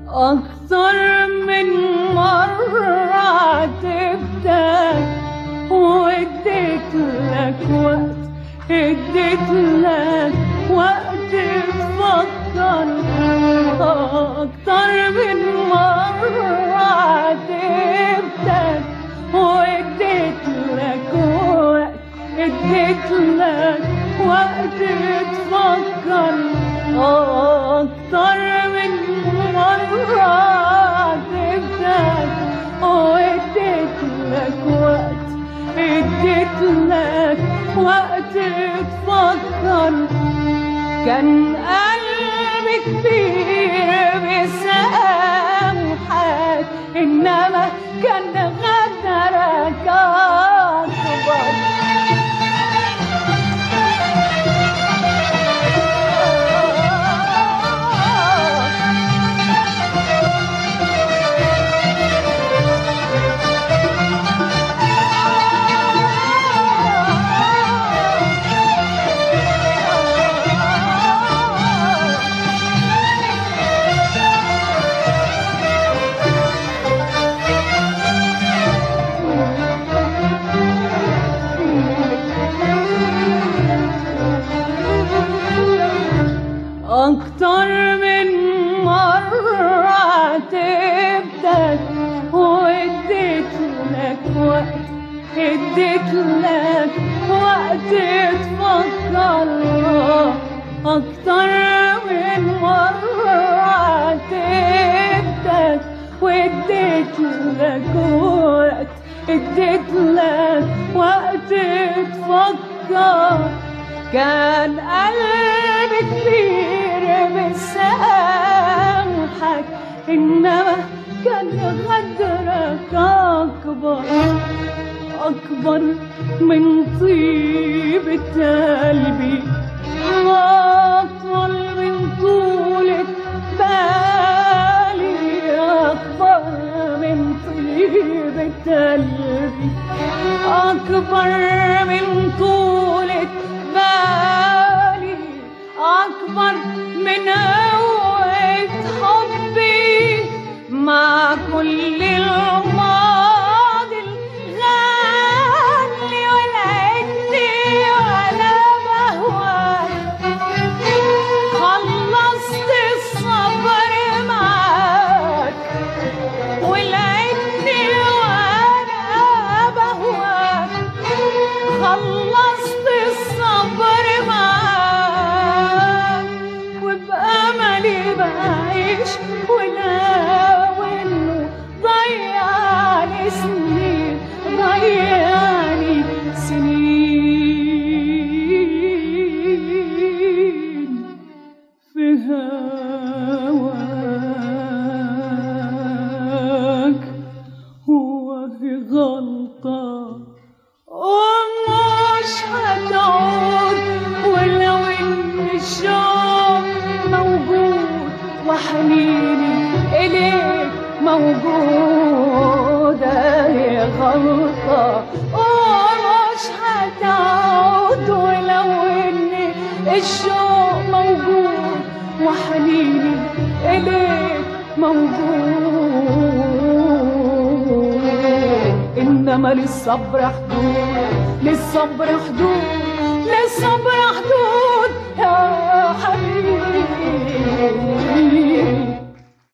أكتر من مرة عاتبتك واديت لك وقت، اديت لك وقت تفكر. أكتر من مرة عاتبتك واديت لك وقت، اديت لك وقت تفكر. أكتر من مرة عاتبتك واديت لك وقت، اديت لك وقت تفكر. كان قلبي كبير بيسامحك، إنما كان غدرك أكبر. أكتر من مرة عاتبتك واديت لك وقت، اديت لك وقت تفكر. أكتر من مرة عاتبتك واديت لك وقت، اديت لك وقت تفكر. كان قلبي كبير بيسامحك، إنما كان غدرك أكبر، أكبر من طيبة قلبي، وأطول من طولة بالي. أكبر من طيبة قلبي، أكبر من طولة بالي، أكبر من قوة حبي مع كل الماضي الغالي. ولقيتني وأنا بهواك، خلصت الصبر معاك. ولقيتني وأنا بهواك، خلصت الصبر معاك. وبأملي بعيش ولو إنه ضيعني سنين، ضيعني سنين في هواك. هو في غلطة ومش هتعود، ولو إن الشوق موجود وحنيني إليك موجودة. هي غلطة ومش هتعود، ولو إن الشوق موجود وحنيني إليك موجود. إنما للصبر حدود، للصبر حدود، للصبر حدود يا حبيبي.